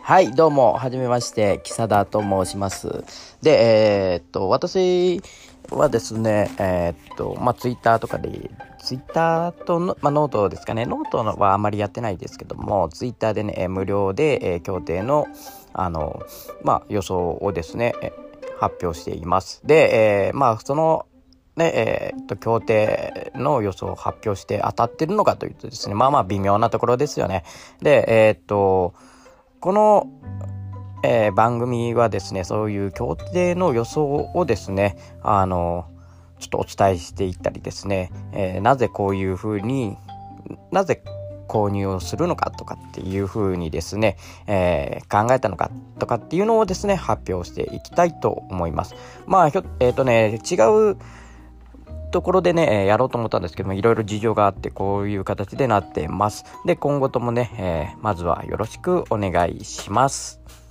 はい、どうも、はじめまして、木貞と申します。で、私はですね、ツイッターとかで、ツイッターとの、ノートですかね、ノートはあまりやってないですけども、ツイッターでね、無料で、協定の、予想をですね、発表しています。で、その、協定の予想を発表して当たってるのかというとですね、微妙なところですよね。で、この、番組はですね、そういう協定の予想をですね、ちょっとお伝えしていったりですね、なぜこういうふうに、なぜ購入をするのかとかっていうふうにですね、考えたのかとかっていうのをですね、発表していきたいと思います。違うところでね、やろうと思ったんですけども、いろいろ事情があってこういう形でなってます。で、今後ともね、まずはよろしくお願いします。